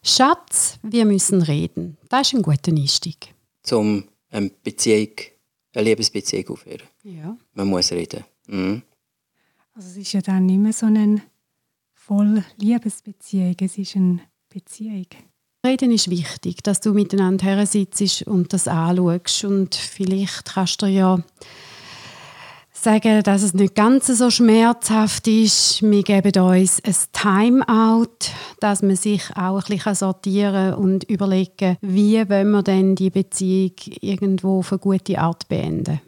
Schatz, wir müssen reden. Das ist ein guter Einstieg. Um eine Liebesbeziehung aufzuhören. Ja. Man muss reden. Mhm. Also es ist ja dann nicht mehr so eine voll Liebesbeziehung, es ist eine Beziehung. Reden ist wichtig, dass du miteinander hersitzt und das anschaust. Und vielleicht kannst du ja sagen, dass es nicht ganz so schmerzhaft ist. Wir geben uns ein Timeout, dass man sich auch ein bisschen sortieren und überlegen, wie wollen wir denn die Beziehung irgendwo auf eine gute Art beenden.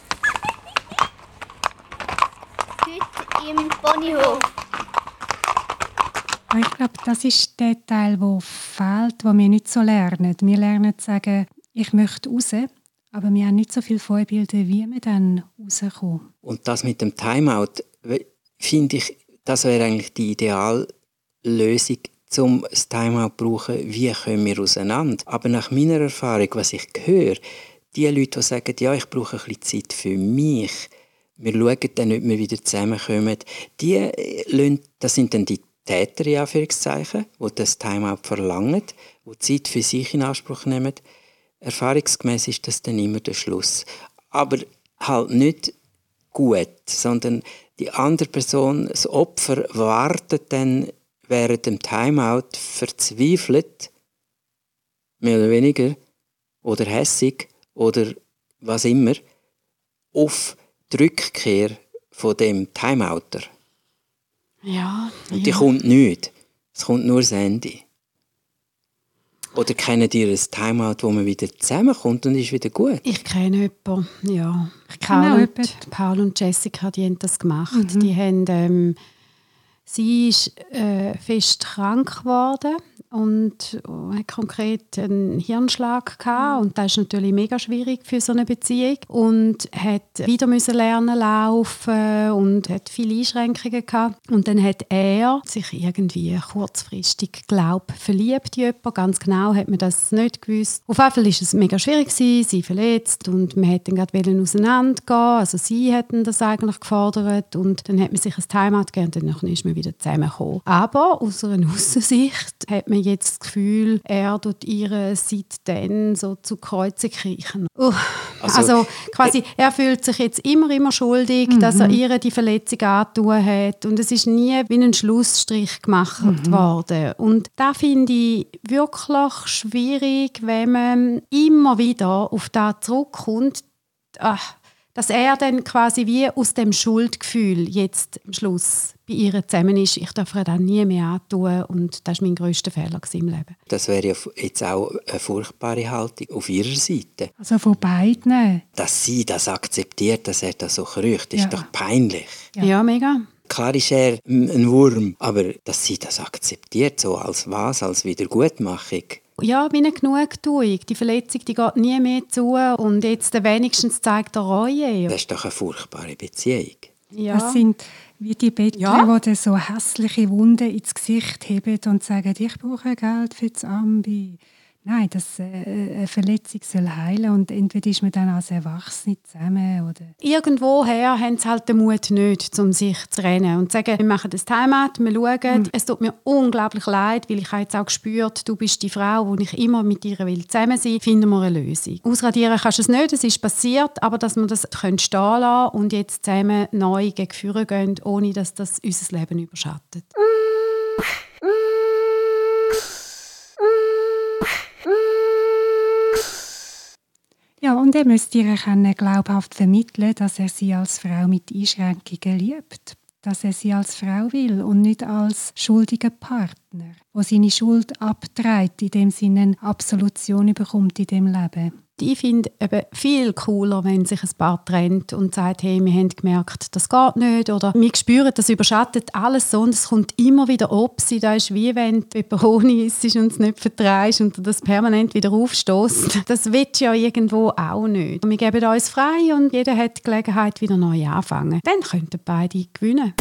Heute im Ponyhof. Ich glaube, das ist der Teil, der fehlt, den wir nicht so lernen. Wir lernen zu sagen, ich möchte raus, aber wir haben nicht so viele Vorbilder, wie wir dann rauskommen. Und das mit dem Timeout, finde ich, das wäre eigentlich die Ideallösung, um das Timeout zu brauchen, wie kommen wir auseinander. Aber nach meiner Erfahrung, was ich höre, die Leute, die sagen, ja, ich brauche ein bisschen Zeit für mich, wir schauen dann, ob wir wieder zusammenkommen, das sind dann die Täter, in Anführungszeichen, die das Timeout verlangen, die Zeit für sich in Anspruch nehmen. Erfahrungsgemäß ist das dann immer der Schluss. Aber halt nicht gut, sondern die andere Person, das Opfer, wartet dann während dem Timeout verzweifelt, mehr oder weniger, oder hässig, oder was immer, auf die Rückkehr von dem Timeouter. Ja. Und die kommt nicht. Es kommt nur das Ende. Oder kennt ihr ein Timeout, wo man wieder zusammenkommt und ist wieder gut? Ich kenne jemanden, ja. Paul und Jessica, die haben das gemacht. Mhm. Die haben, sie ist fest krank geworden und hat konkret einen Hirnschlag gehabt. Und das ist natürlich mega schwierig für so eine Beziehung. Und hat wieder müssen lernen laufen und hat viele Einschränkungen gehabt. Und dann hat er sich irgendwie kurzfristig, verliebt in jemanden. Ganz genau hat man das nicht gewusst. Auf jeden Fall war es mega schwierig, sie verletzt und man hätte dann gerade auseinandergehen. Also sie hätten das eigentlich gefordert und dann hat man sich ein Timeout gegeben und dann ist man wieder zusammengekommen. Aber aus einer Aussensicht hat man jetzt das Gefühl, er tut ihre seitdem so zu Kreuze kriechen. Also quasi, er fühlt sich jetzt immer schuldig, dass er ihr die Verletzung angetan hat und es ist nie wie ein Schlussstrich gemacht worden. Und das finde ich wirklich schwierig, wenn man immer wieder auf das zurückkommt, dass er dann quasi wie aus dem Schuldgefühl jetzt am Schluss bei ihr zusammen ist. Ich darf ihr dann nie mehr antun und das war mein grösster Fehler im Leben. Das wäre ja jetzt auch eine furchtbare Haltung auf ihrer Seite. Also von beiden. Dass sie das akzeptiert, dass er das so kriecht, ist doch peinlich. Ja, mega. Klar ist er ein Wurm, aber dass sie das akzeptiert, so als was, als Wiedergutmachung. Ja, wie eine Genugtuung. Die Verletzung die geht nie mehr zu und jetzt wenigstens zeigt er Reue. Das ist doch eine furchtbare Beziehung. Ja. Das sind wie die Bettler, die so hässliche Wunden ins Gesicht heben und sagen, ich brauche Geld für das Ambi. Nein, eine Verletzung soll heilen und entweder ist man dann als Erwachsene zusammen. Oder Irgendwoher haben sie halt den Mut nicht, um sich zu rennen und zu sagen, wir machen das Timeout, wir schauen. Es tut mir unglaublich leid, weil ich habe jetzt auch gespürt, du bist die Frau, wo ich immer mit dir zusammen sein will, finden wir eine Lösung. Ausradieren kannst du es nicht, es ist passiert, aber dass wir das stehen lassen und jetzt zusammen neu gegen Führer gehen, ohne dass das unser Leben überschattet. ja, und er müsste ihr glaubhaft vermitteln, dass er sie als Frau mit Einschränkungen liebt. Dass er sie als Frau will und nicht als schuldigen Partner, der seine Schuld abträgt, indem sie eine Absolution bekommt in dem Leben. Ich finde es viel cooler, wenn sich ein Paar trennt und sagt, hey, wir haben gemerkt, das geht nicht. Oder wir spüren, das überschattet alles so und es kommt immer wieder Opsi. Das ist wie wenn du Peperoni isst und es nicht vertreibst und das permanent wieder aufstößt. Das willst du ja irgendwo auch nicht. Wir geben uns frei und jeder hat die Gelegenheit, wieder neu anfangen. Dann könnten beide gewinnen.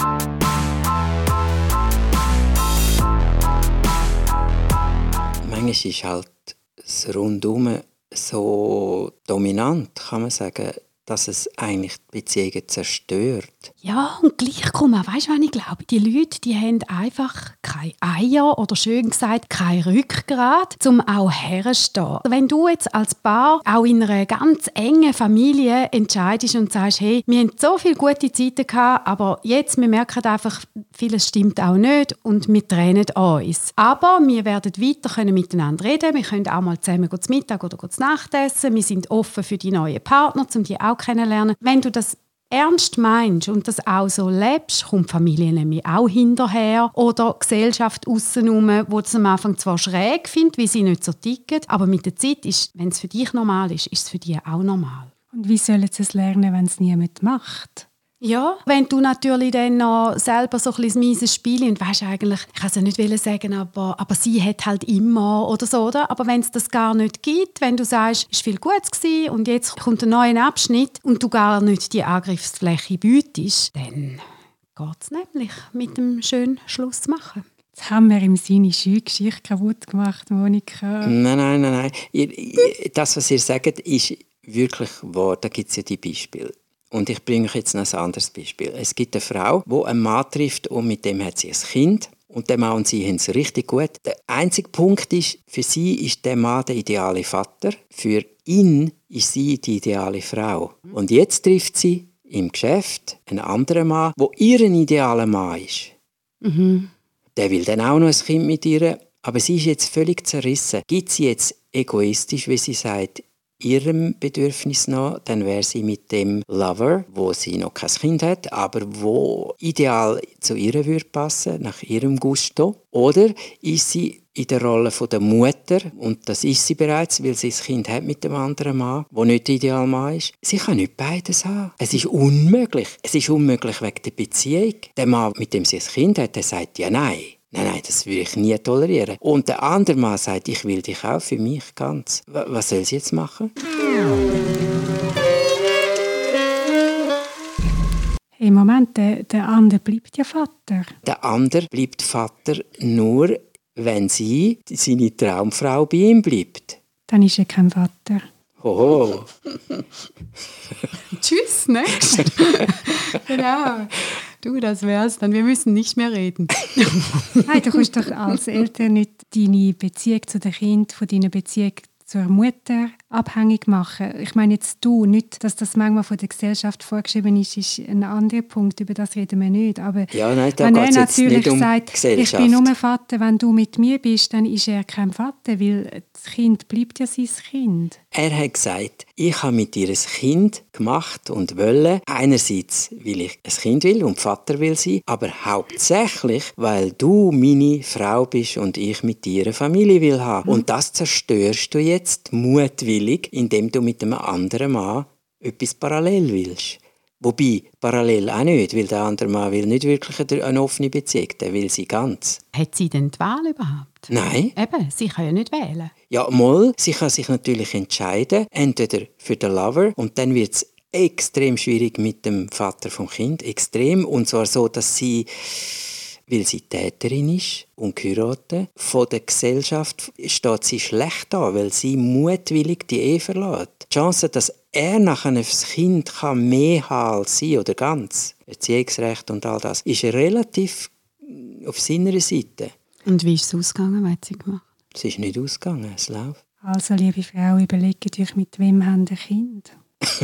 Manchmal ist halt das Rundum so dominant, kann man sagen, dass es eigentlich die Beziehungen zerstört. Ja, und gleich kommen, weißt du, was ich glaube? Die Leute, die haben einfach keine Eier oder schön gesagt, kein Rückgrat, um auch herzustehen. Wenn du jetzt als Paar auch in einer ganz engen Familie entscheidest und sagst, hey, wir haben so viele gute Zeiten gehabt, aber jetzt, wir merken einfach, vieles stimmt auch nicht und wir trennen uns. Aber wir werden weiter können miteinander reden, wir können auch mal zusammen zum Mittag oder zum Nachtessen, wir sind offen für die neuen Partner, um die auch kennenzulernen. Wenn du das ernst meinst und das auch so lebst, kommt die Familie nämlich auch hinterher oder die Gesellschaft aussenrum, die es am Anfang zwar schräg findet, wie sie nicht so ticken, aber mit der Zeit, wenn es für dich normal ist, ist es für die auch normal. Und wie sollen sie es lernen, wenn es niemand macht? Ja, wenn du natürlich dann noch selber so ein bisschen mieses Spiel und weißt eigentlich, ich kann es ja nicht sagen, aber sie hat halt immer oder so, oder? Aber wenn es das gar nicht gibt, wenn du sagst, es war viel Gutes gewesen und jetzt kommt ein neuer Abschnitt und du gar nicht die Angriffsfläche bietest, dann geht es nämlich mit dem schönen Schluss machen. Jetzt haben wir ihm seine Geschichte kaputt gemacht, Monika. Nein. Das, was ihr sagt, ist wirklich wahr. Da gibt es ja die Beispiele. Und ich bringe euch jetzt noch ein anderes Beispiel. Es gibt eine Frau, die einen Mann trifft und mit dem hat sie ein Kind. Und der Mann und sie haben es richtig gut. Der einzige Punkt ist, für sie ist der Mann der ideale Vater. Für ihn ist sie die ideale Frau. Und jetzt trifft sie im Geschäft einen anderen Mann, der ihr idealer Mann ist. Der will dann auch noch ein Kind mit ihr. Aber sie ist jetzt völlig zerrissen. Gibt sie jetzt egoistisch, wie sie sagt, ihrem Bedürfnis nach, dann wäre sie mit dem Lover, wo sie noch kein Kind hat, aber wo ideal zu ihr würde passen, nach ihrem Gusto. Oder ist sie in der Rolle von der Mutter, und das ist sie bereits, weil sie das Kind hat mit dem anderen Mann, der nicht der ideale Mann ist. Sie kann nicht beides haben. Es ist unmöglich. Es ist unmöglich wegen der Beziehung. Der Mann, mit dem sie ein Kind hat, der sagt ja nein. Nein, das würde ich nie tolerieren. Und der andere Mann sagt, ich will dich auch für mich ganz. Was soll sie jetzt machen? Im Moment, der andere bleibt ja Vater. Der andere bleibt Vater nur, wenn sie, seine Traumfrau, bei ihm bleibt. Dann ist er kein Vater. Oh. Tschüss, ne? Genau. Du, das wär's dann. Wir müssen nicht mehr reden. Nein, du kannst doch als Eltern nicht deine Beziehung zu dem Kind von deiner Beziehung zur Mutter abhängig machen. Ich meine jetzt du, nicht, dass das manchmal von der Gesellschaft vorgeschrieben ist ein anderer Punkt, über das reden wir nicht. Aber ja, nein, da wenn er geht's jetzt natürlich nicht um sagt, Gesellschaft. Ich bin nur Vater, wenn du mit mir bist, dann ist er kein Vater, weil das Kind bleibt ja sein Kind. Er hat gesagt, ich habe mit dir ein Kind gemacht und wollte. Einerseits, weil ich ein Kind will und Vater will sein, aber hauptsächlich, weil du meine Frau bist und ich mit dir eine Familie will haben. Und das zerstörst du jetzt mutwillig, indem du mit einem anderen Mann etwas parallel willst. Wobei, parallel auch nicht, weil der andere Mann will nicht wirklich eine offene Beziehung, der will sie ganz. Hat sie denn die Wahl überhaupt? Nein. Eben, sie kann ja nicht wählen. Ja, mal, sie kann sich natürlich entscheiden, entweder für den Lover, und dann wird es extrem schwierig mit dem Vater vom Kind, extrem, und zwar so, dass sie, weil sie Täterin ist und geheiratet, von der Gesellschaft steht sie schlecht da, weil sie mutwillig die Ehe verlässt. Die Chance, dass er nachher das Kind kann mehr haben als sie oder ganz, Erziehungsrecht und all das, ist relativ auf seiner Seite. Und wie ist es ausgegangen, was hat sie gemacht? Es ist nicht ausgegangen, es läuft. Also, liebe Frau, überlegt euch, mit wem habt ihr Kind?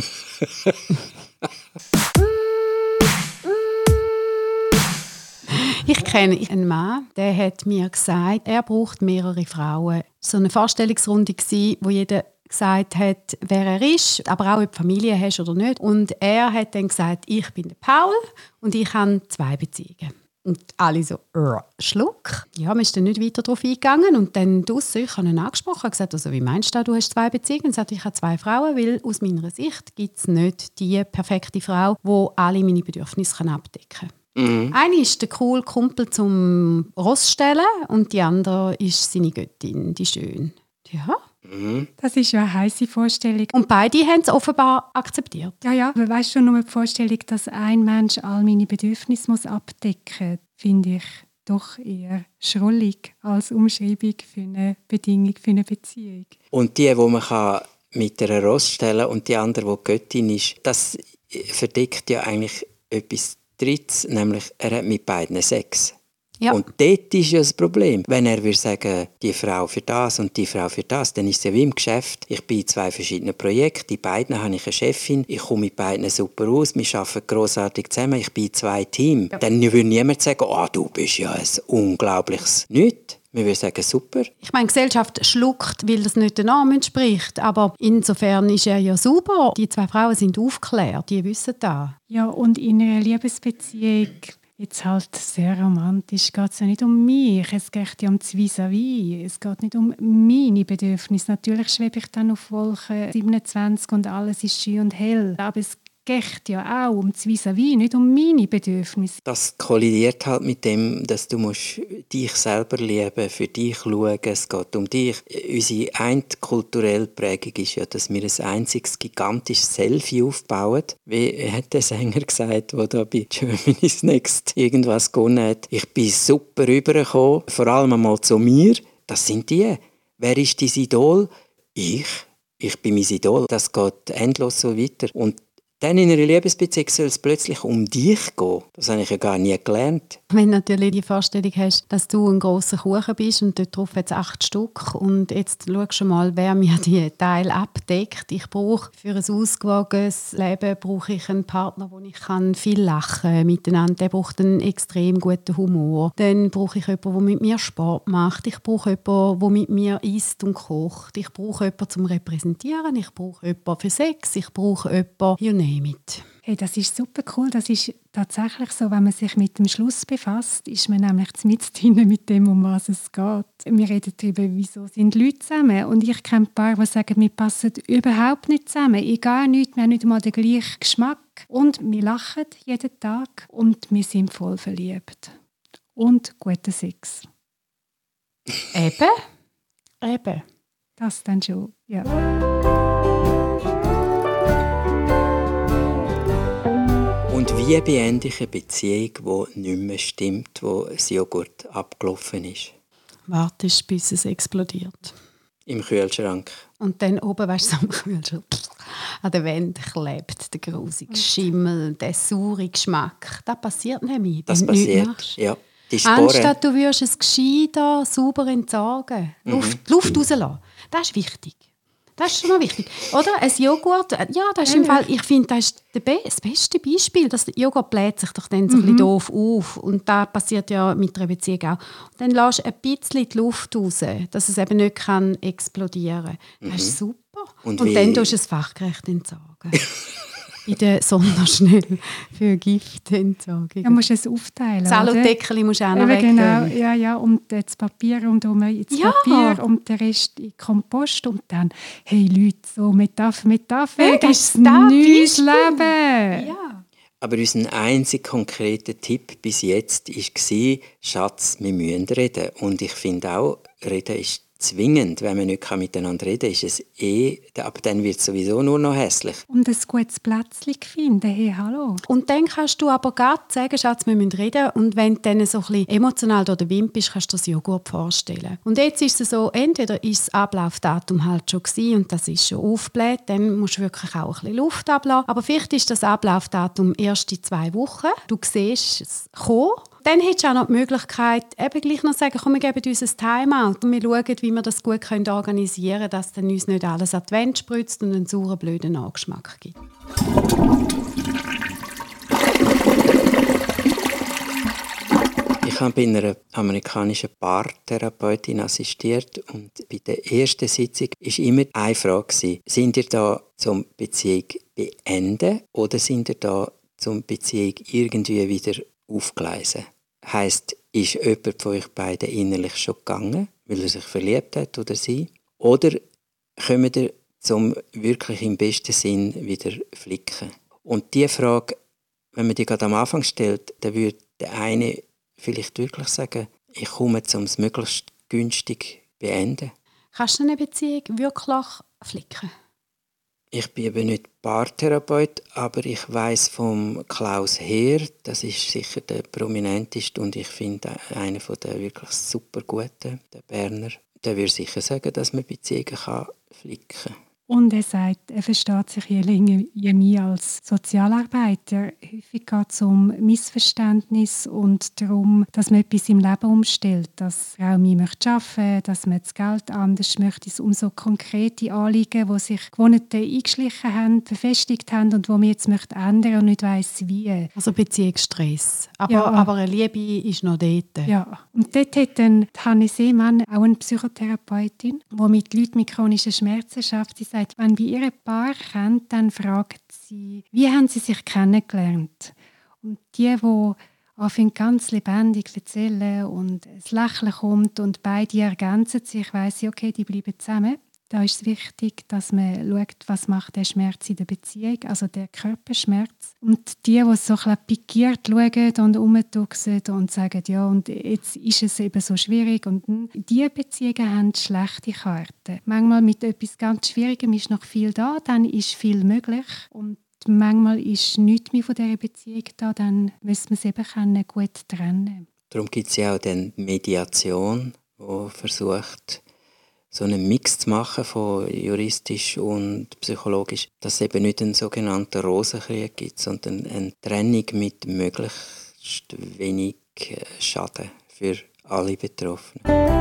Ich kenne einen Mann, der hat mir gesagt, er braucht mehrere Frauen. So eine Vorstellungsrunde war, wo jeder gesagt hat, wer er ist, aber auch ob du Familie hast oder nicht. Und er hat dann gesagt, ich bin der Paul und ich habe 2 Beziehungen. Und alle so, Schluck. Ja, wir sind dann nicht weiter darauf eingegangen. Und dann draussen, ich habe ihn angesprochen und gesagt, also, wie meinst du, du hast 2 Beziehungen? Und sagte, ich habe 2 Frauen, weil aus meiner Sicht gibt es nicht die perfekte Frau, die alle meine Bedürfnisse abdecken kann. Eine ist der coole Kumpel zum Rossstellen und die andere ist seine Göttin, die Schön. Ja. Das ist ja eine heisse Vorstellung. Und beide haben es offenbar akzeptiert. Ja, aber weißt du, nur die Vorstellung, dass ein Mensch all meine Bedürfnisse muss abdecken muss, finde ich doch eher schrullig als Umschreibung für eine Bedingung für eine Beziehung. Und die man kann mit einer Ross stellen und die andere, die Göttin ist, das verdeckt ja eigentlich etwas Drittes, nämlich er hat mit beiden Sex. Ja. Und dort ist ja das Problem. Wenn er würde sagen, die Frau für das und die Frau für das, dann ist es ja wie im Geschäft. Ich bin in 2 verschiedenen Projekten, in beiden habe ich eine Chefin, ich komme mit beiden super aus, wir arbeiten grossartig zusammen, ich bin in 2 Teams. Ja. Dann würde niemand sagen, du bist ja ein unglaubliches Nichts. Wir würden sagen, super. Ich meine, die Gesellschaft schluckt, weil das nicht den Namen entspricht. Aber insofern ist er ja super. Die 2 Frauen sind aufgeklärt, die wissen das. Ja, und in einer Liebesbeziehung, jetzt halt sehr romantisch, geht es ja nicht um mich, es geht ja um das Vis-à-vis, es geht nicht um meine Bedürfnisse. Natürlich schwebe ich dann auf Wolke 27 und alles ist schön und hell, aber es geht ja auch um das Vis-à-vis, nicht um meine Bedürfnisse. Das kollidiert halt mit dem, dass du musst dich selber lieben, für dich schauen, es geht um dich. Unsere eine kulturelle Prägung ist ja, dass wir ein einziges gigantisches Selfie aufbauen. Wie hat der Sänger gesagt, der da bei Germany's Next irgendwas gewonnen hat? Ich bin super rübergekommen, vor allem einmal zu mir. Das sind die. Wer ist dein Idol? Ich bin mein Idol. Das geht endlos so weiter. Und dann in einer Liebesbeziehung soll es plötzlich um dich gehen. Das habe ich ja gar nie gelernt. Wenn du natürlich die Vorstellung hast, dass du ein grosser Kuchen bist und dort drauf jetzt 8 Stück und jetzt schaust du mal, wer mir die Teile abdeckt. Ich brauche für ein ausgewogenes Leben brauche ich einen Partner, wo ich viel lachen miteinander. Der braucht einen extrem guten Humor. Dann brauche ich jemanden, der mit mir Sport macht. Ich brauche jemanden, der mit mir isst und kocht. Ich brauche jemanden zum Repräsentieren. Ich brauche jemanden für Sex. Ich brauche jemanden, you name it. Hey, das ist super cool. Das ist tatsächlich so, wenn man sich mit dem Schluss befasst, ist man nämlich mitten mit dem, um was es geht. Wir reden darüber, wieso sind Leute zusammen. Und ich kenne ein paar, die sagen, wir passen überhaupt nicht zusammen. Egal, nicht, wir haben nicht mal den gleichen Geschmack. Und wir lachen jeden Tag und wir sind voll verliebt. Und guten Sex. Eben. Das dann schon, ja. Und wie beende ich eine Beziehung, die nicht mehr stimmt, wo das Joghurt abgelaufen ist? Wartest, bis es explodiert. Im Kühlschrank. Und dann oben, weißt du, am Kühlschrank, an der Wand klebt der grusige Schimmel, der saure Geschmack. Das passiert nämlich, Das wenn du nichts passiert, machst. ja. Die Sporen. Anstatt du würdest es gescheiter, sauber entsorgen. Luft rauslassen. Das ist wichtig. Das ist schon mal wichtig. Oder? Ein Joghurt, ja, das ist im Fall, ich finde, das ist das beste Beispiel. Das Joghurt bläht sich doch dann so ein bisschen doof auf. Und das passiert ja mit einer Beziehung auch. Und dann lässt du ein bisschen die Luft raus, dass es eben nicht explodieren kann. Das ist super. Und dann tust du es fachgerecht entsorgen. In der Sonderschnell für Giftentsorgung. Ja, musst du es aufteilen. Das Aludeckel musst du auch noch weggeben. Genau, ja. Und das Papier rundherum ins Papier und der Rest in Kompost. Und dann, hey Leute, so Metapher, das ist neues Leben. Ja. Aber unser einziger konkreter Tipp bis jetzt war, Schatz, wir müssen reden. Und ich finde auch, reden ist zwingend. Wenn man nicht miteinander reden kann, ist es aber dann wird es sowieso nur noch hässlich. Und ein gutes Plätzchen finden, hey, hallo. Und dann kannst du aber gerade sagen, Schatz, wir müssen reden. Und wenn du dann so ein bisschen emotional durch den Wind bist, kannst du das Joghurt vorstellen. Und jetzt ist es so, entweder ist das Ablaufdatum halt schon gewesen und das ist schon aufgebläht, dann musst du wirklich auch ein bisschen Luft ablassen. Aber vielleicht ist das Ablaufdatum erst in 2 Wochen. Du siehst es kommen. Dann hättest du auch noch die Möglichkeit, eben gleich noch zu sagen, komm, wir geben uns ein Timeout und wir schauen, wie wir das gut organisieren können, dass dann uns nicht alles an die Wand spritzt und einen sauren, blöden Nachgeschmack gibt. Ich habe bei einer amerikanischen Paartherapeutin assistiert und bei der ersten Sitzung war immer eine Frage: Sind ihr da zum Beziehung beenden oder sind ihr da zum Beziehung irgendwie wieder aufgleisen? Heisst, ist jemand von euch beiden innerlich schon gegangen, weil er sich verliebt hat oder sie? Oder kommt ihr zum wirklich im besten Sinn wieder flicken? Und diese Frage, wenn man die gerade am Anfang stellt, dann würde der eine vielleicht wirklich sagen, ich komme zum es möglichst günstig beenden. Kannst du eine Beziehung wirklich flicken? Ich bin eben nicht Paartherapeut, aber ich weiss vom Klaus Heer, das ist sicher der prominenteste und ich finde einer der wirklich super guten, der Berner. Der würde sicher sagen, dass man Beziehungen flicken kann. Und er sagt, er versteht sich je länger je mehr als Sozialarbeiter. Häufig geht es um Missverständnis und darum, dass man etwas im Leben umstellt, dass Frau mehr möchte arbeiten, dass man das Geld anders möchte, um so konkrete Anliegen, die sich Gewohnheiten eingeschlichen haben, befestigt haben und die man jetzt möchte ändern und nicht weiss, wie. Also Beziehungsstress. Aber eine Liebe ist noch dort. Ja, und dort hat dann Hanne Seemann, auch eine Psychotherapeutin, die mit Leuten mit chronischen Schmerzen arbeitet. Sie sagt, wenn bei ihr ein Paar kennt, dann fragt sie, wie haben sie sich kennengelernt? Und die anfangen ganz lebendig zu erzählen und das Lächeln kommt und beide ergänzen sich, weiss sie, okay, die bleiben zusammen. Da ist es wichtig, dass man schaut, was macht der Schmerz in der Beziehung, also der Körperschmerz. Und die so ein bisschen pikiert schauen und rumtuxen und sagen, ja, und jetzt ist es eben so schwierig. Und diese Beziehungen haben schlechte Karten. Manchmal mit etwas ganz Schwierigem ist noch viel da, dann ist viel möglich. Und manchmal ist nichts mehr von dieser Beziehung da, dann müssen wir es eben gut trennen. Darum gibt es ja auch die Mediation, die versucht, so einen Mix zu machen von juristisch und psychologisch, dass es eben nicht einen sogenannten Rosenkrieg gibt, sondern eine Trennung mit möglichst wenig Schaden für alle Betroffenen.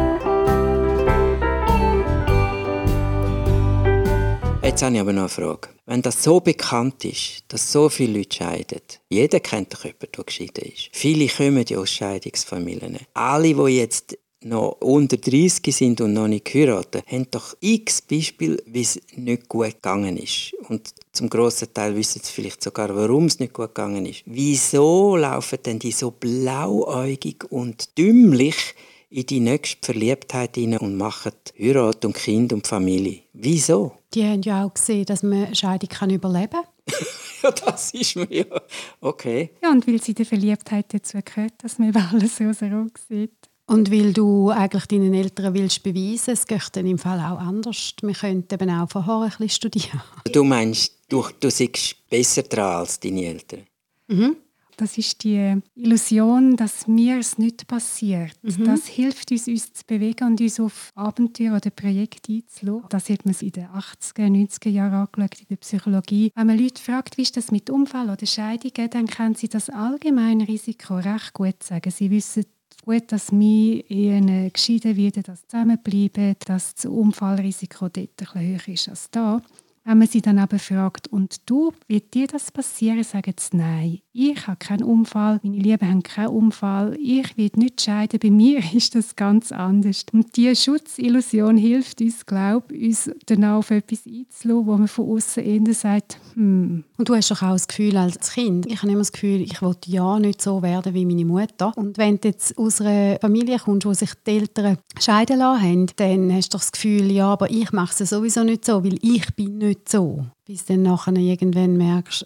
Jetzt habe ich aber noch eine Frage. Wenn das so bekannt ist, dass so viele Leute scheiden, jeder kennt doch jemanden, der geschieden ist. Viele kommen ja aus Scheidungsfamilien. Alle, die jetzt noch unter 30 sind und noch nicht geheiratet, haben doch x Beispiele, wie es nicht gut gegangen ist. Und zum grossen Teil wissen sie vielleicht sogar, warum es nicht gut gegangen ist. Wieso laufen denn die so blauäugig und dümmlich in die nächste Verliebtheit hinein und machen Heirat und Kind und Familie? Wieso? Die haben ja auch gesehen, dass man Scheidung überleben kann. Ja, das ist mir ja okay. Ja, und weil sie der Verliebtheit dazu gehört, dass man über alles rosarot sieht. Und weil du eigentlich deinen Eltern willst beweisen, es geht dann im Fall auch anders. Wir könnten eben auch vorher ein bisschen studieren. Du meinst, du seist besser dran als deine Eltern? Mhm. Das ist die Illusion, dass mir es nicht passiert. Mhm. Das hilft uns zu bewegen und uns auf Abenteuer oder Projekte einzulassen. Das hat man in den 80er, 90er Jahren angeschaut in der Psychologie. Wenn man Leute fragt, wie ist das mit Unfall oder Scheidungen, dann können sie das allgemeine Risiko recht gut sagen. Sie wissen gut, dass wir Ehen geschieden werden, dass zusammenbleiben, dass das Unfallrisiko dort ein bisschen höher ist als da. Wenn man sie dann aber fragt, und du, wird dir das passieren, sagen sie nein. Ich habe keinen Unfall, meine Lieben haben keinen Unfall, ich werde nicht scheiden, bei mir ist das ganz anders. Und diese Schutzillusion hilft uns, glaube ich, uns dann auf etwas einzulassen, wo man von außen eher sagt, Und du hast doch auch das Gefühl als Kind, ich habe immer das Gefühl, ich will ja nicht so werden wie meine Mutter. Und wenn du jetzt aus einer Familie kommst, wo sich die Eltern scheiden lassen haben, dann hast du doch das Gefühl, ja, aber ich mache es sowieso nicht so, weil ich bin nicht so. Bis dann nachher irgendwann merkst,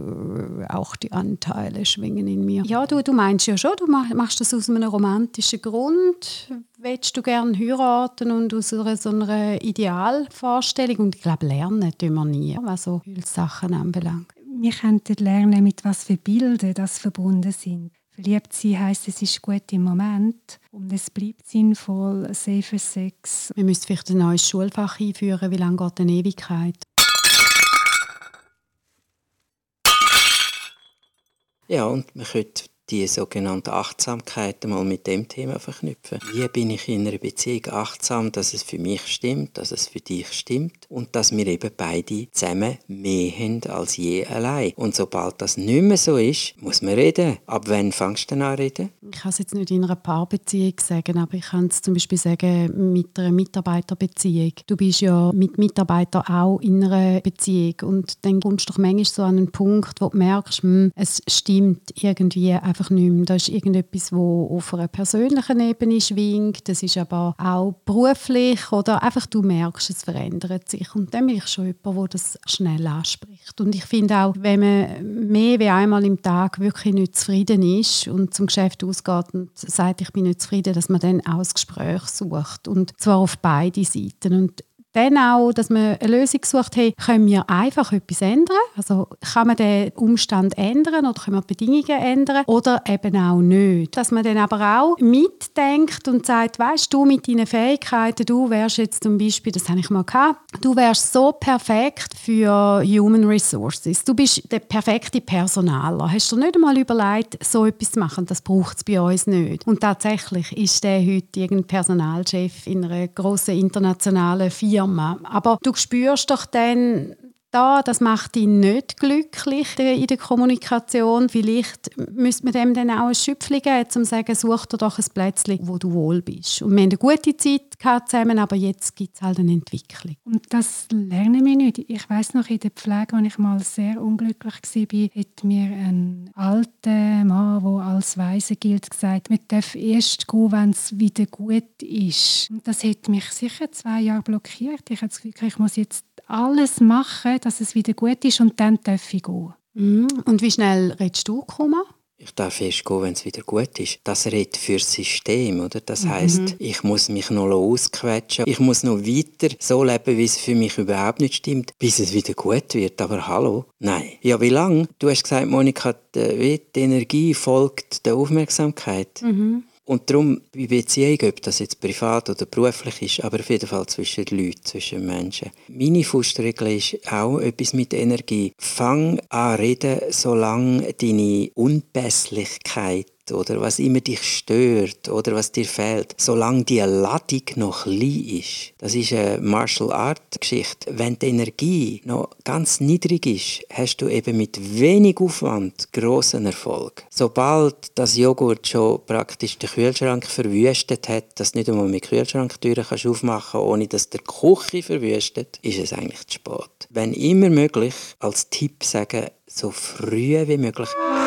auch die Anteile schwingen in mir. Ja, du meinst ja schon, du machst das aus einem romantischen Grund. Willst du gerne heiraten und aus so einer Idealvorstellung? Und ich glaube, lernen tun wir nie, was so Sachen anbelangt. Wir könnten lernen, mit was für Bildern das verbunden sind. Verliebt sein heisst, es ist gut im Moment und es bleibt sinnvoll, safer Sex. Wir müssen vielleicht ein neues Schulfach einführen. Wie lange geht eine Ewigkeit? Ja, und man könnte die sogenannte Achtsamkeit mal mit dem Thema verknüpfen. Wie bin ich in einer Beziehung achtsam, dass es für mich stimmt, dass es für dich stimmt und dass wir eben beide zusammen mehr haben als je allein. Und sobald das nicht mehr so ist, muss man reden. Ab wann fängst du denn an reden? Ich kann es jetzt nicht in einer Paarbeziehung sagen, aber ich kann es zum Beispiel sagen mit einer Mitarbeiterbeziehung. Du bist ja mit Mitarbeitern auch in einer Beziehung und dann kommst du doch manchmal so an einen Punkt, wo du merkst, es stimmt irgendwie einfach nicht mehr. Da ist irgendetwas, das auf einer persönlichen Ebene schwingt, das ist aber auch beruflich oder einfach du merkst, es verändert sich. Und dann bin ich schon jemand, der das schnell anspricht. Und ich finde auch, wenn man mehr wie einmal im Tag wirklich nicht zufrieden ist und zum Geschäft ausgeht und sagt, ich bin nicht zufrieden, dass man dann auch das Gespräch sucht. Und zwar auf beide Seiten. Und dann auch, dass man eine Lösung sucht, hey, können wir einfach etwas ändern? Also kann man den Umstand ändern oder können wir die Bedingungen ändern oder eben auch nicht? Dass man dann aber auch mitdenkt und sagt, weißt du, mit deinen Fähigkeiten, du wärst jetzt zum Beispiel, das habe ich mal gehabt, du wärst so perfekt für Human Resources. Du bist der perfekte Personaler. Hast du nicht einmal überlegt, so etwas zu machen? Das braucht es bei uns nicht. Und tatsächlich ist der heute irgendein Personalchef in einer grossen internationalen Firma. Aber du spürst doch dann, das macht ihn nicht glücklich in der Kommunikation. Vielleicht müsste man dem dann auch ein Schüpfchen geben, um zu sagen, such dir doch ein Plätzchen, wo du wohl bist. Und wir haben eine gute Zeit gehabt zusammen, aber jetzt gibt es halt eine Entwicklung. Und das lernen wir nicht. Ich weiss noch, in der Pflege, als ich mal sehr unglücklich war, hat mir ein alter Mann, der als Weise gilt, gesagt, man darf erst gehen, wenn es wieder gut ist. Und das hat mich sicher 2 Jahre blockiert. Ich habe das Gefühl, ich muss jetzt alles machen, dass es wieder gut ist und dann darf ich gehen. Und wie schnell redest du, Kuma? Ich darf erst gehen, wenn es wieder gut ist. Das redet für das System, oder? Das heisst, ich muss mich noch ausquetschen. Ich muss noch weiter so leben, wie es für mich überhaupt nicht stimmt, bis es wieder gut wird. Aber hallo? Nein. Ja, wie lange? Du hast gesagt, Monika, die Energie folgt der Aufmerksamkeit. Und darum, bei Beziehung, ob das jetzt privat oder beruflich ist, aber auf jeden Fall zwischen Leuten, zwischen Menschen. Meine Faustregel ist auch etwas mit Energie. Fang an reden, solange deine Unpässlichkeit oder was immer dich stört oder was dir fehlt, solange die Ladung noch klein ist. Das ist eine Martial Art Geschichte. Wenn die Energie noch ganz niedrig ist, hast du eben mit wenig Aufwand grossen Erfolg. Sobald das Joghurt schon praktisch den Kühlschrank verwüstet hat, dass du nicht einmal mit Kühlschranktüren kannst aufmachen, ohne dass der Küche verwüstet, ist es eigentlich zu spät. Wenn immer möglich, als Tipp sagen, so früh wie möglich.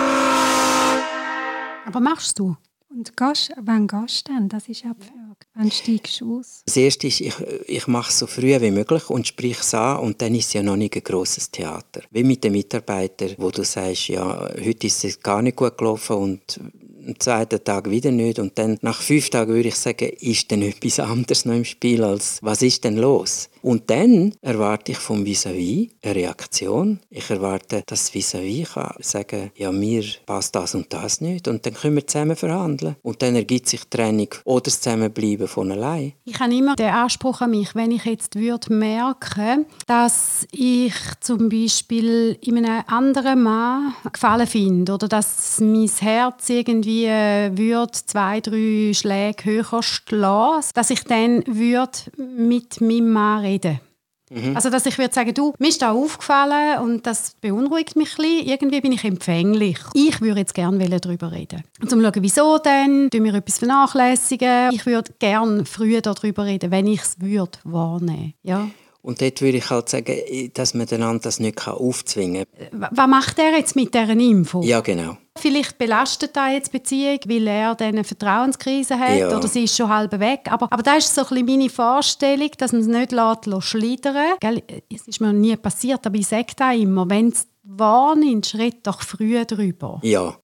Aber machst du? Und wann gehst du denn? Das ist auch die Frage. Wann steigst du aus? Das Erste ist, ich mache es so früh wie möglich und spreche es an und dann ist es ja noch nicht ein grosses Theater. Wie mit den Mitarbeitern, wo du sagst, ja, heute ist es gar nicht gut gelaufen und am 2. Tag wieder nicht und dann nach 5 Tagen würde ich sagen, ist denn etwas anderes noch im Spiel als was ist denn los? Und dann erwarte ich vom Vis-à-vis eine Reaktion. Ich erwarte, dass das Vis-à-vis kann sagen, ja, mir passt das und das nicht und dann können wir zusammen verhandeln und dann ergibt sich die Trennung oder das Zusammenbleiben von allein. Ich habe immer den Anspruch an mich, wenn ich jetzt merken, dass ich zum Beispiel in einem anderen Mann Gefallen finde oder dass mein Herz irgendwie 2, 3 Schläge höher schlägt, dass ich dann mit meinem Mann reden. Also, dass ich würde sagen, du, mir ist da aufgefallen und das beunruhigt mich ein bisschen. Irgendwie bin ich empfänglich. Ich würde jetzt gerne darüber reden. Und zum schauen, wieso denn? Tun wir etwas vernachlässigen? Ich würde gerne früher darüber reden, wenn ich es wahrnehmen würde. Ja. Und dort würde ich halt sagen, dass man einander das nicht aufzwingen kann. Was macht er jetzt mit dieser Info? Ja, genau. Vielleicht belastet er jetzt die Beziehung, weil er dann eine Vertrauenskrise hat oder sie ist schon halb weg. Aber das ist so ein bisschen meine Vorstellung, dass man es nicht schlittern lässt. Es ist mir nie passiert, aber ich sage da immer, wenn du es wahrnimmst, red doch früh darüber. Ja.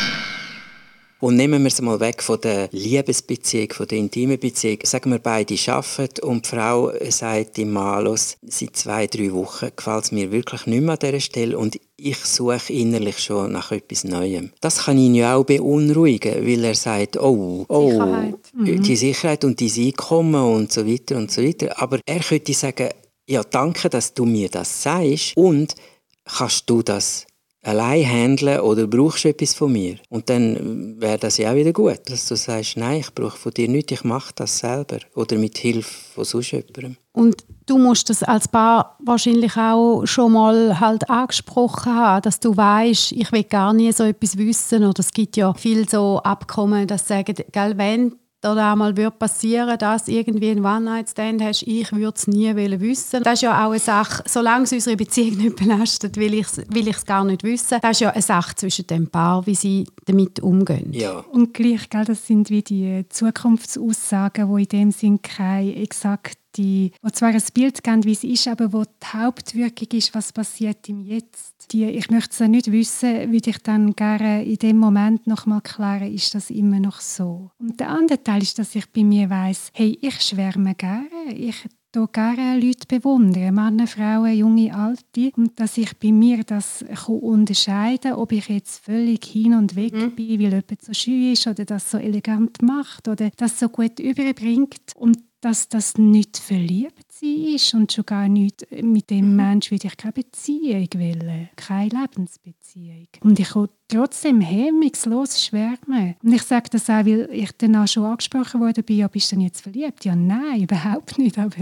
Und nehmen wir es mal weg von der Liebesbeziehung, von der intimen Beziehung. Sagen wir, beide arbeiten und die Frau sagt im Malus, seit 2, 3 Wochen gefällt es mir wirklich nicht mehr an dieser Stelle und ich suche innerlich schon nach etwas Neuem. Das kann ihn ja auch beunruhigen, weil er sagt, Sicherheit. Die Sicherheit und dein Einkommen und so weiter und so weiter. Aber er könnte sagen, ja, danke, dass du mir das sagst und kannst du das allein handeln oder brauchst du etwas von mir? Und dann wäre das ja auch wieder gut, dass du sagst, nein, ich brauche von dir nichts, ich mache das selber oder mit Hilfe von sonst jemandem. Und du musst das als Paar wahrscheinlich auch schon mal halt angesprochen haben, dass du weißt, ich will gar nie so etwas wissen. Oder es gibt ja viele so Abkommen, dass sagen, gell, wenn oder einmal passieren würde, dass irgendwie ein One-Night-Stand hast, ich würde es nie wissen. Das ist ja auch eine Sache, solange es unsere Beziehung nicht belastet, will ich es gar nicht wissen. Das ist ja eine Sache zwischen dem Paar, wie sie damit umgehen. Ja. Und gleich, gell, das sind wie die Zukunftsaussagen, die in dem Sinn keine exakte die zwar ein Bild geben, wie es ist, aber wo die Hauptwirkung ist, was passiert im Jetzt. Ich möchte es nicht wissen, würde ich dann gerne in dem Moment noch mal klären, ist das immer noch so. Und der andere Teil ist, dass ich bei mir weiss, hey, ich schwärme gerne, ich gerne Leute bewundern, Männer, Frauen, junge, alte. Und dass ich bei mir das unterscheiden kann, ob ich jetzt völlig hin und weg bin, weil jemand so schön ist oder das so elegant macht oder das so gut überbringt. Und dass das nicht verliebt sein ist und schon gar nicht mit dem Menschen würde ich keine Beziehung wollen, keine Lebensbeziehung. Und ich kann trotzdem hemmungslos schwärmen. Und ich sage das auch, weil ich danach schon angesprochen worden bin, ja, bist du denn jetzt verliebt? Ja, nein, überhaupt nicht. Aber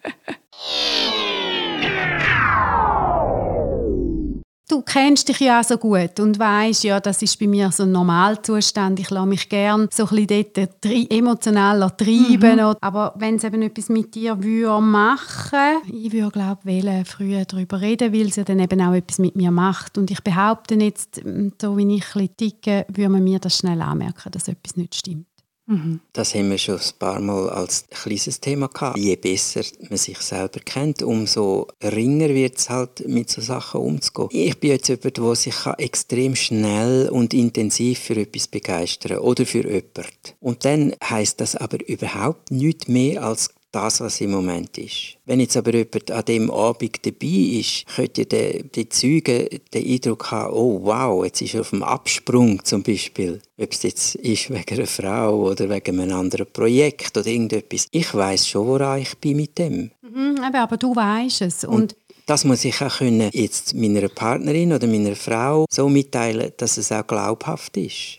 du kennst dich ja auch so gut und weisst, ja, das ist bei mir so ein Normalzustand. Ich lasse mich gerne so ein bisschen dort emotional treiben. Aber wenn es eben etwas mit dir machen würde, ich würde, glaube ich, früher darüber reden, weil es ja dann eben auch etwas mit mir macht. Und ich behaupte jetzt, so wie ich ein bisschen ticke, würde man mir das schnell anmerken, dass etwas nicht stimmt. Das haben wir schon ein paar Mal als kleines Thema gehabt. Je besser man sich selber kennt, umso ringer wird es halt, mit so Sachen umzugehen. Ich bin jetzt jemand, der sich extrem schnell und intensiv für etwas begeistern kann oder für jemanden. Und dann heisst das aber überhaupt nichts mehr als das, was im Moment ist. Wenn jetzt aber jemand an diesem Abend dabei ist, könnte die Zeuge den Eindruck haben, oh wow, jetzt ist er auf dem Absprung zum Beispiel. Ob es jetzt ist wegen einer Frau oder wegen einem anderen Projekt oder irgendetwas. Ich weiss schon, woran ich bin mit dem. Aber du weisst es. Und das muss ich auch können, jetzt meiner Partnerin oder meiner Frau so mitteilen, dass es auch glaubhaft ist.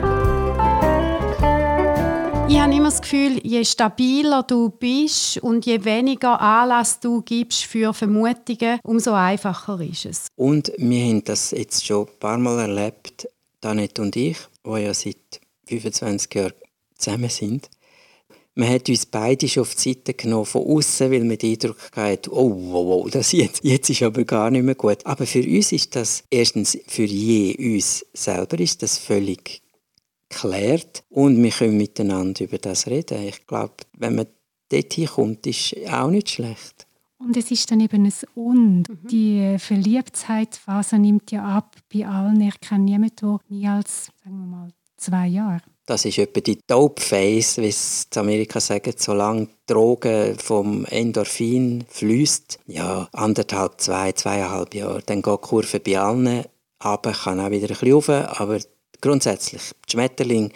Ich habe immer das Gefühl, je stabiler du bist und je weniger Anlass du gibst für Vermutungen, umso einfacher ist es. Und wir haben das jetzt schon ein paar Mal erlebt, Danette und ich, die ja seit 25 Jahren zusammen sind. Man hat uns beide schon auf die Seite genommen von außen, weil man den Eindruck hatte, oh, das jetzt ist aber gar nicht mehr gut. Aber für uns ist das, erstens für uns selber ist das völlig klärt und wir können miteinander über das reden. Ich glaube, wenn man dorthin kommt, ist auch nicht schlecht. Und es ist dann eben ein Und. Die Verliebtheitsphase nimmt ja ab bei allen. Ich kenne niemanden, der nie als, sagen wir mal, 2 Jahre. Das ist etwa die Dope Phase, wie es in Amerika sagen, solange die Droge vom Endorphin fließt. Ja, 1,5, 2,5 Jahre. Dann geht die Kurve bei allen runter, kann auch wieder ein bisschen rauf, aber grundsätzlich, die Schmetterling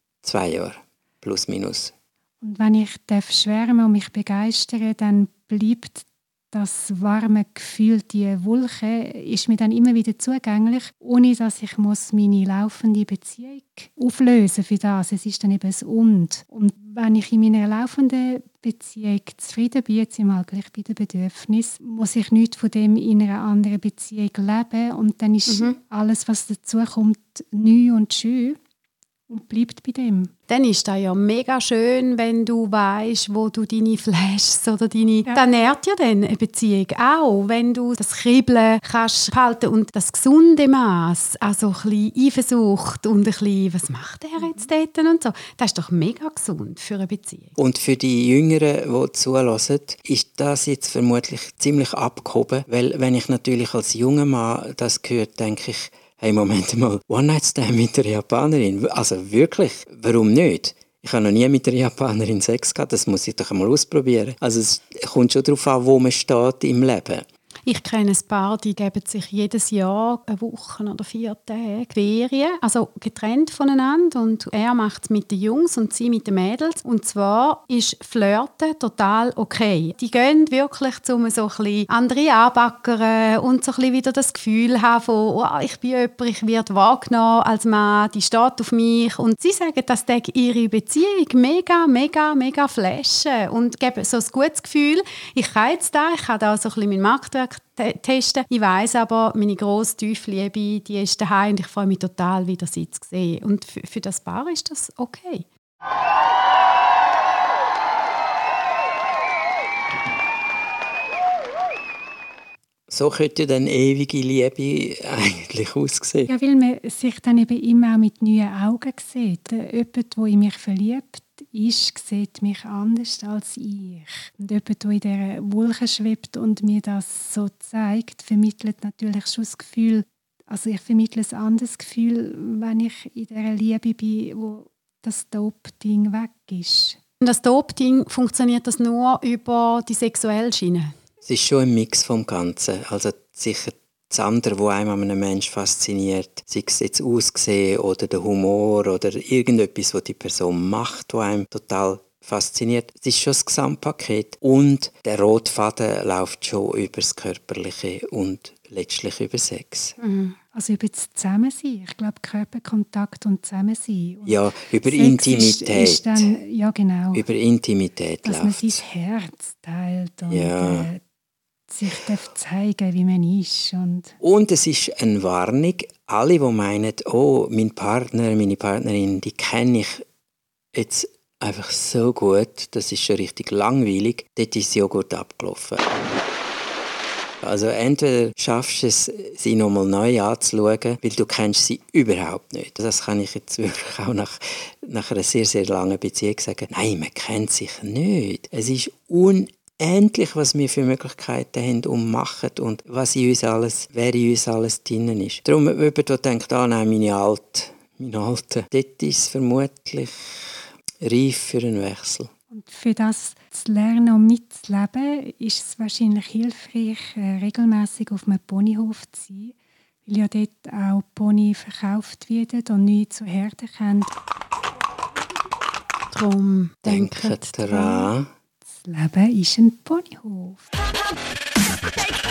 2 Jahre, plus minus. Und wenn ich schwärmen und mich begeistern, dann bleibt das warme Gefühl, die Wolke, ist mir dann immer wieder zugänglich, ohne dass ich meine laufende Beziehung auflösen für das. Es ist dann eben ein Und. Und wenn ich in meiner laufenden Beziehung zufrieden bin, jetzt im Allgleich bei den Bedürfnissen, muss ich nichts von dem in einer anderen Beziehung leben. Und dann ist alles, was dazu kommt, neu und schön und bleibt bei dem. Dann ist das ja mega schön, wenn du weißt, wo du deine Flashs oder deine... Ja. Das nährt ja dann eine Beziehung auch, wenn du das Kribbeln kannst halten und das gesunde Maß, also ein bisschen Eifersucht und ein bisschen, was macht er jetzt dort und so. Das ist doch mega gesund für eine Beziehung. Und für die Jüngeren, die zuhören, ist das jetzt vermutlich ziemlich abgehoben, weil wenn ich natürlich als junger Mann das höre, denke ich, hey, Moment mal, One-Night-Stand mit der Japanerin? Also wirklich, warum nicht? Ich habe noch nie mit der Japanerin Sex gehabt, das muss ich doch einmal ausprobieren. Also es kommt schon darauf an, wo man steht im Leben. Ich kenne ein Paar, die geben sich jedes Jahr 1 Woche oder 4 Tage Ferien, also getrennt voneinander. Und er macht es mit den Jungs und sie mit den Mädels. Und zwar ist Flirten total okay. Die gehen wirklich, um so ein bisschen andere anbackern und so ein bisschen wieder das Gefühl haben von, oh, ich bin jemand, ich werde wahrgenommen als Mann, die steht auf mich. Und sie sagen, dass ihre Beziehung mega, mega, mega flashen und geben so ein gutes Gefühl. Ich kann jetzt ich kann da so ein bisschen mein Marktwerk testen. Ich weiss aber, meine grosse, tiefe Liebe, die ist daheim und ich freue mich total, wieder sie zu sehen. Und für das Paar ist das okay. So könnte dann ewige Liebe eigentlich aussehen. Ja, weil man sich dann eben immer auch mit neuen Augen sieht. Jemand, der in mich verliebt ist, sieht mich anders als ich. Und jemand, der in dieser Wolke schwebt und mir das so zeigt, vermittelt natürlich schon das Gefühl, also ich vermittle ein anderes Gefühl, wenn ich in dieser Liebe bin, wo das Top-Ding weg ist. Und das Top-Ding, funktioniert das nur über die sexuelle Schiene? Es ist schon ein Mix vom Ganzen. Also sicher das andere, was einem an einem Menschen fasziniert, sei es jetzt Aussehen oder der Humor oder irgendetwas, was die Person macht, was einem total fasziniert. Es ist schon das Gesamtpaket. Und der rote Faden läuft schon über das Körperliche und letztlich über Sex. Also über das Zusammensein. Ich glaube, Körperkontakt und Zusammensein. Und ja, über Sex Intimität. Ist dann, ja, genau. Über Intimität dass man läuft. sein Herz teilt und Ja. sich zeigen, wie man ist. Und es ist eine Warnung. Alle, die meinen, oh, mein Partner, meine Partnerin, die kenne ich jetzt einfach so gut, das ist schon richtig langweilig, dort ist das Joghurt abgelaufen. Also entweder schaffst du es, sie nochmal neu anzuschauen, weil du kennst sie überhaupt nicht. Das kann ich jetzt wirklich auch nach einer sehr, sehr langen Beziehung sagen. Nein, man kennt sich nicht. Es ist unendlich, was wir für Möglichkeiten haben und machen und wer in uns alles drin ist. Darum, wenn jemand da denkt, nein, mein Alter, dort ist es vermutlich reif für einen Wechsel. Und für das zu lernen und mitzuleben, ist es wahrscheinlich hilfreich, regelmäßig auf einem Ponyhof zu sein, weil ja dort auch Pony verkauft werden und nicht zu Herden kommen. Darum Denkt daran. Das Leben ist ein Ponyhof.